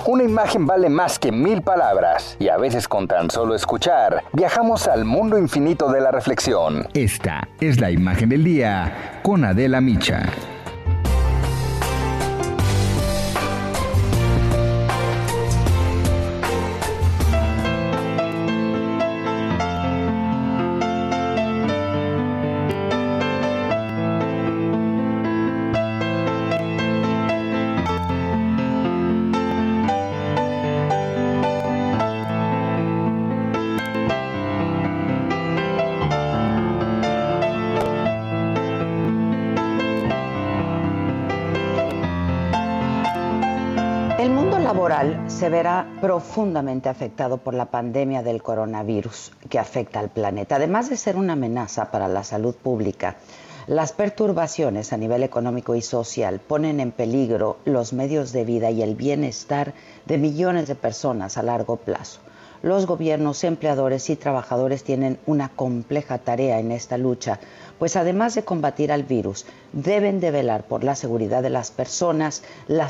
Una imagen vale más que 1000 palabras y a veces con tan solo escuchar, viajamos al mundo infinito de la reflexión. Esta es la imagen del día con Adela Micha. El mundo laboral se verá profundamente afectado por la pandemia del coronavirus que afecta al planeta. Además de ser una amenaza para la salud pública, las perturbaciones a nivel económico y social ponen en peligro los medios de vida y el bienestar de millones de personas a largo plazo. Los gobiernos, empleadores y trabajadores tienen una compleja tarea en esta lucha, pues además de combatir al virus, deben de velar por la seguridad de las personas, la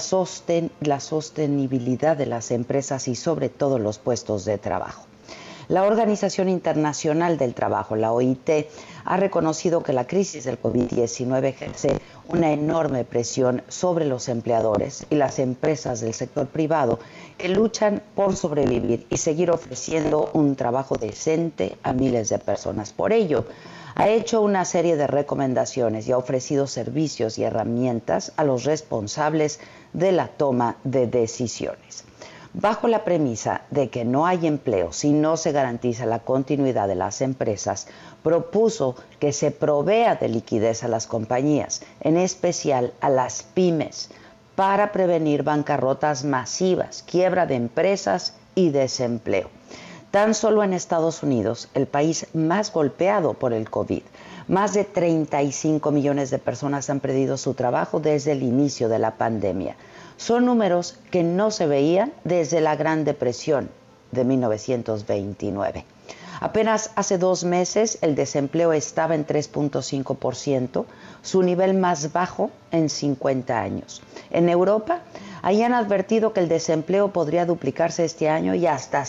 sostenibilidad de las empresas y sobre todo los puestos de trabajo. La Organización Internacional del Trabajo, la OIT, ha reconocido que la crisis del COVID-19 ejerce una enorme presión sobre los empleadores y las empresas del sector privado que luchan por sobrevivir y seguir ofreciendo un trabajo decente a miles de personas. Por ello, ha hecho una serie de recomendaciones y ha ofrecido servicios y herramientas a los responsables de la toma de decisiones. Bajo la premisa de que no hay empleo si no se garantiza la continuidad de las empresas, propuso que se provea de liquidez a las compañías, en especial a las pymes, para prevenir bancarrotas masivas, quiebra de empresas y desempleo. Tan solo en Estados Unidos, el país más golpeado por el COVID, más de 35 millones de personas han perdido su trabajo desde el inicio de la pandemia. Son números que no se veían desde la Gran Depresión de 1929. Apenas hace 2 meses el desempleo estaba en 3.5%, su nivel más bajo en 50 años. En Europa, ahí han advertido que el desempleo podría duplicarse este año y hasta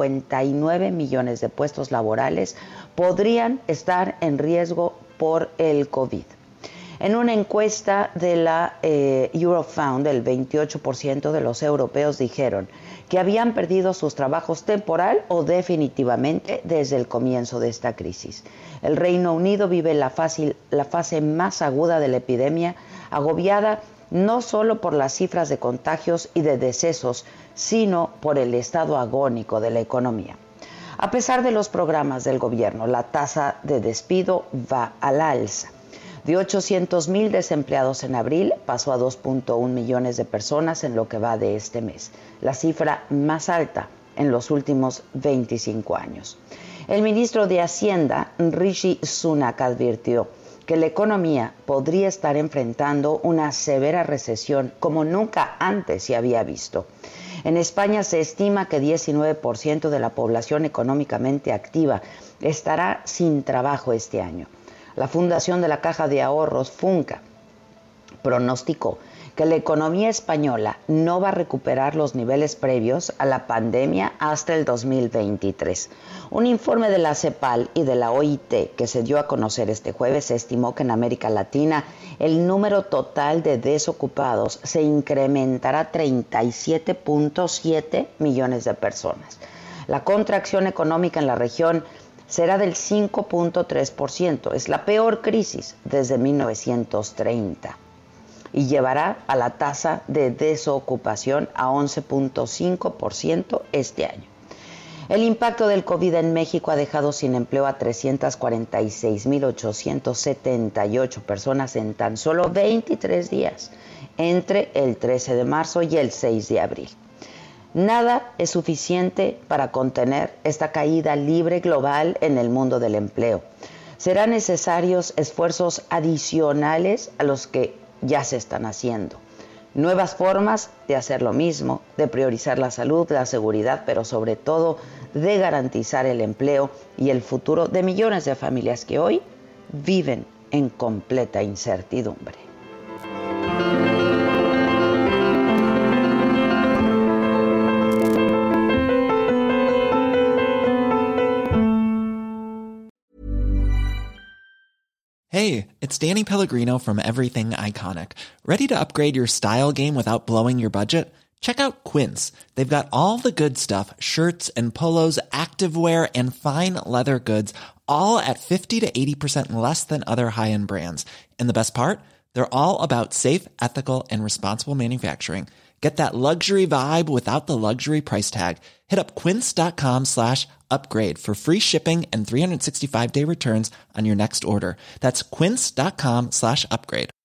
59 millones de puestos laborales podrían estar en riesgo por el COVID. En una encuesta de la Eurofound, el 28% de los europeos dijeron que habían perdido sus trabajos temporal o definitivamente desde el comienzo de esta crisis. El Reino Unido vive la fase más aguda de la epidemia, agobiada no solo por las cifras de contagios y de decesos, sino por el estado agónico de la economía. A pesar de los programas del gobierno, la tasa de despido va al alza. De 800,000 desempleados en abril, pasó a 2.1 millones de personas en lo que va de este mes, la cifra más alta en los últimos 25 años. El ministro de Hacienda, Rishi Sunak, advirtió que la economía podría estar enfrentando una severa recesión como nunca antes se había visto. En España se estima que 19% de la población económicamente activa estará sin trabajo este año. La Fundación de la Caja de Ahorros, Funca, pronosticó que la economía española no va a recuperar los niveles previos a la pandemia hasta el 2023. Un informe de la CEPAL y de la OIT que se dio a conocer este jueves estimó que en América Latina el número total de desocupados se incrementará a 37.7 millones de personas. La contracción económica en la región será del 5.3%. Es la peor crisis desde 1930 y llevará a la tasa de desocupación a 11.5% este año. El impacto del COVID en México ha dejado sin empleo a 346,878 personas en tan solo 23 días, entre el 13 de marzo y el 6 de abril. Nada es suficiente para contener esta caída libre global en el mundo del empleo. Serán necesarios esfuerzos adicionales a los que ya se están haciendo. Nuevas formas de hacer lo mismo, de priorizar la salud, la seguridad, pero sobre todo de garantizar el empleo y el futuro de millones de familias que hoy viven en completa incertidumbre. Hey, it's Danny Pellegrino from Everything Iconic. Ready to upgrade your style game without blowing your budget? Check out Quince. They've got all the good stuff, shirts and polos, activewear, and fine leather goods, all at 50 to 80% less than other high-end brands. And the best part? They're all about safe, ethical, and responsible manufacturing. Get that luxury vibe without the luxury price tag. Hit up quince.com/upgrade for free shipping and 365-day returns on your next order. That's quince.com/upgrade.